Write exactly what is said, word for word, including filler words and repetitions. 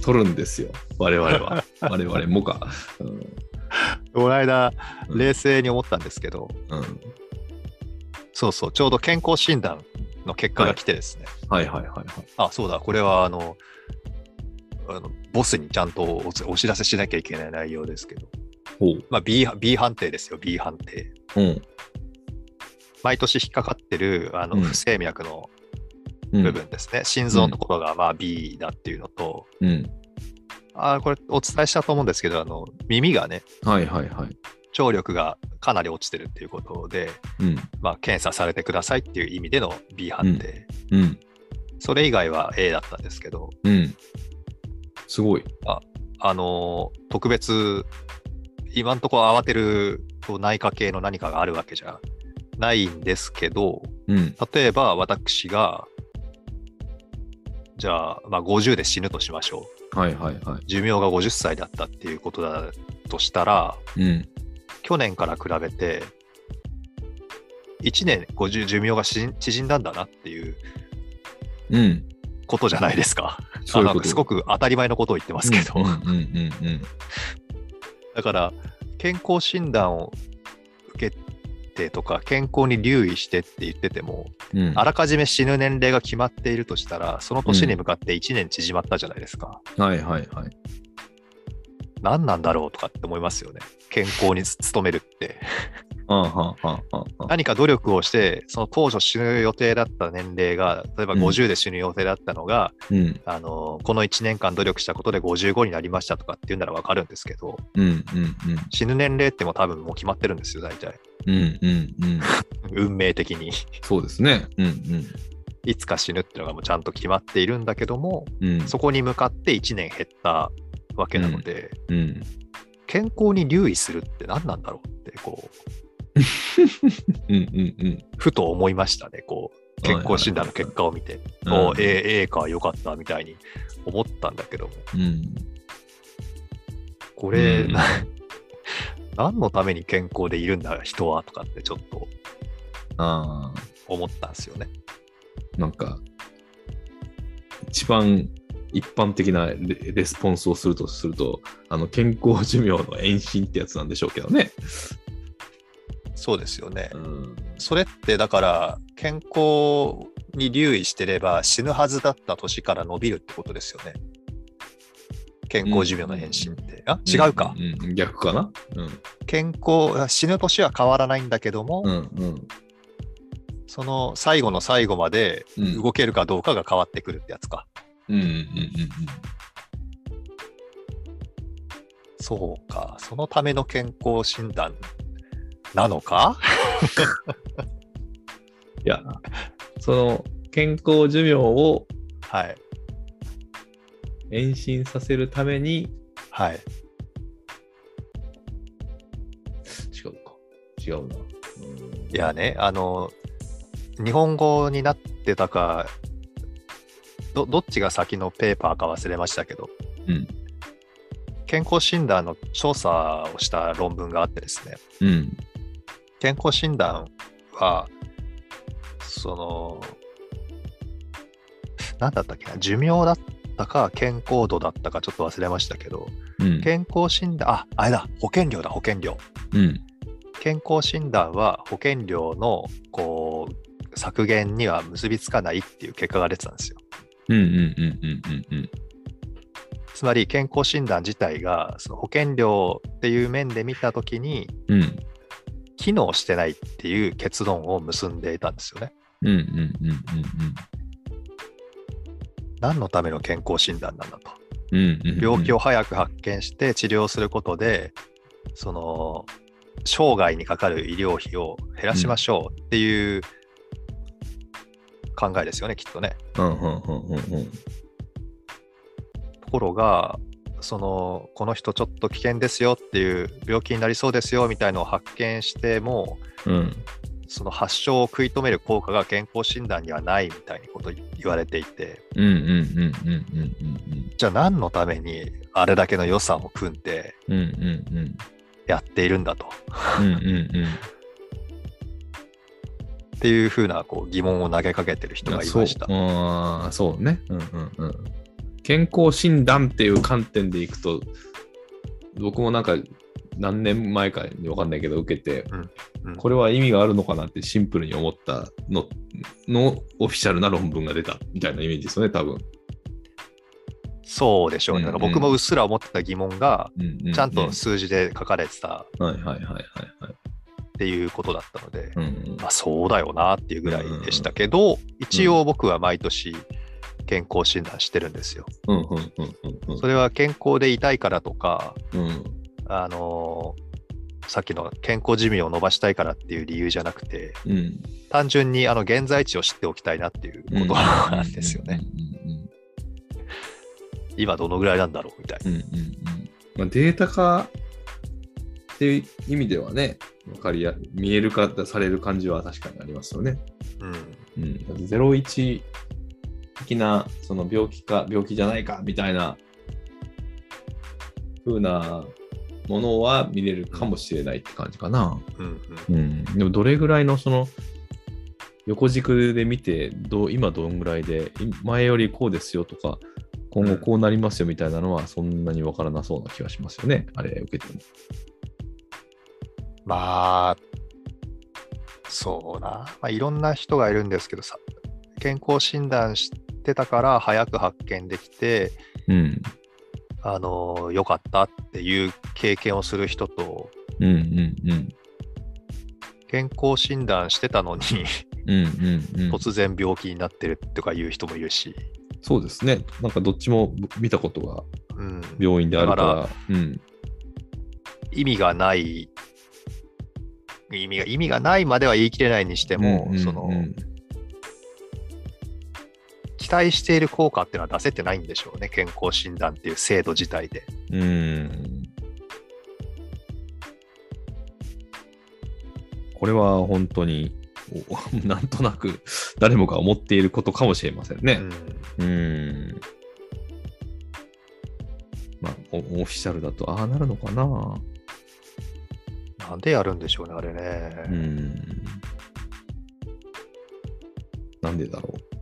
取るんですよ。我々は。我々もか。うん、 この間、冷静に思ったんですけど、 うん、 そうそう、ちょうど健康診断の結果が来てですね。 はい、はいはいはいはい。 あ、そうだ、これはあの、あのボスにちゃんと お, お知らせしなきゃいけない内容ですけど、 ほう。 まあ B, B 判定ですよ、B 判定。 うん。 毎年引っかかってるあのうん不整脈のうん、 部分ですね。心臓のところがまあ B だっていうのと、 うん。 あこれお伝えしたと思うんですけど、あの耳がね、 はいはいはい。 聴力がかなり落ちてるっていうことで、 うん。 まあ、検査されてくださいっていう意味での B 判定。 うん。 それ以外は A だったんですけど、 うん。すごい。 あ、あのー特別、今んところ慌てると内科系の何かがあるわけじゃないんですけど、 うん。 例えば私が、じゃあ、まあ、ごじゅうで死ぬとしましょう。 はいはいはい。 寿命がごじゅっさいだったっていうことだとしたら、 うん。 去年から比べて、いちねんごじゅう寿命が縮んだんだなっていううん。 ことじゃないですか。 そういうこと。 あなんかすごく当たり前のことを言ってますけど。 うんうんうんうんうん。 だから、健康診断を受けてとか、健康に留意してって言ってても、 うん、 あらかじめ死ぬ年齢が決まっているとしたら、その年に向かっていちねん縮まったじゃないですか。 はいはいはい。 何なんだろうとかって思いますよね。健康に努めるって。 あはははは何か努力をして、その当初死ぬ予定だった年齢が、例えばごじゅうで死ぬ予定だったのが、 うん、 あのこのいちねんかん努力したことでごじゅうごになりましたとかっていうんならわかるんですけど、 うんうんうん、 死ぬ年齢ってもう多分もう決まってるんですよ、大体。 うんうんうん、 運命的に。 そうですね。うんうん、 いつか死ぬっていうのがもうちゃんと決まっているんだけども、 うん、 そこに向かっていちねん減ったわけなので、 うん、 健康に留意するって何なんだろうってこううんうんうん、 ふと思いましたね。こう健康診断の結果を見て、おー A, A かよかったみたいに思ったんだけども、 うん、 これ、 うん、 何のために健康でいるんだ人はとかってちょっとあ思ったんですよね。 なんか一番一般的な レ, レスポンスをするとすると、あの健康寿命の延伸ってやつなんでしょうけどね。 そうですよね。 うん、 それってだから健康に留意してれば死ぬはずだった年から伸びるってことですよね。健康寿命の延伸って。あ、違うか。 うんうん、逆かな、うん、 健康、死ぬ年は変わらないんだけども、 うんうん、 その最後の最後まで動けるかどうかが変わってくるってやつか。 うんうんうんうん、 そうか。そのための健康診断なのかいや、その健康寿命をはい。 延伸させるために、 はい。 違うか。違うな。 いやね、あの、日本語になってたか、ど、どっちが先のペーパーか忘れましたけど、 うん。 健康診断の調査をした論文があってですね、 うん。 健康診断は、その、なんだったっけな、寿命だったか健康度だったかちょっと忘れましたけど、 うん。 健康診断、あ、あれだ、保険料だ、保険料。 うん。 健康診断は保険料のこう削減には結びつかないっていう結果が出てたんですよ。 うんうんうんうんうんうん。 つまり健康診断自体がその保険料っていう面で見たときにうん機能してないっていう結論を結んでいたんですよね。 うんうんうんうんうん。 何のための健康診断なんだと。 うんうんうん、 病気を早く発見して治療することで、その生涯にかかる医療費を減らしましょうっていう考えですよね、きっとね。 うんうんうんうんうん。 ところが、そのこの人ちょっと危険ですよっていう病気になりそうですよみたいのを発見しても、 うん、 その発症を食い止める効果が健康診断にはないみたいなことを言われていて、 うんうんうんうんうんうんうん。 じゃあ何のためにあれだけの予算を組んでうんうんうんやっているんだと、 うんうんうんっていうふうなこう疑問を投げかけてる人がいました。 そう、あそうね。うんうんうん。 健康診断っていう観点でいくと、僕もなんか何年前かに分かんないけど受けて、 うんうん、 これは意味があるのかなってシンプルに思ったののオフィシャルな論文が出たみたいなイメージですよね、多分。 そうでしょうね。 うんうん、 だから僕もうっすら思ってた疑問が、 うんうんうん、 ちゃんと数字で書かれてたはいはいはいはいはい。 っていうことだったので、 うんうん、 まあ、そうだよなっていうぐらいでしたけど、うんうん、一応僕は毎年健康診断してるんですよ。 うんうんうんうん、 それは健康でいたいからとか、 うん、 あのー、さっきの健康寿命を伸ばしたいからっていう理由じゃなくて、 うん、単純にあの現在地を知っておきたいなっていうことなんですよね。今どのぐらいなんだろうみたいな。うんうんうん、 まあ、データ化っていう意味ではね、分かりや見える化される感じは確かにありますよね。うんうん、ゼロイチ的なその病気か病気じゃないかみたいな風なものは見れるかもしれないって感じかな。うんうんうん、でもどれぐらいのその横軸で見てどう今どんぐらいで前よりこうですよとか今後こうなりますよみたいなのはそんなに分からなそうな気がしますよね、あれ受けても。 まあそうな、まあ、いろんな人がいるんですけどさ、健康診断してたから早く発見できて、うん、あの良かったっていう経験をする人と、うんうんうん、健康診断してたのにうんうん、うん、突然病気になってるとかいう人もいるし。 そうですね、なんかどっちも見たことが病院であるから、うん、だから、うん、 意味がない意味が意味がないまでは言い切れないにしても、うんうんうん、その期待している効果っていうのは出せてないんでしょうね、健康診断っていう制度自体で。うん、 これは本当になんとなく誰もが思っていることかもしれませんね。うん、うんまあ、オフィシャルだとああなるのかな。 なんでやるんでしょうね、あれね。うん。 なんでだろう。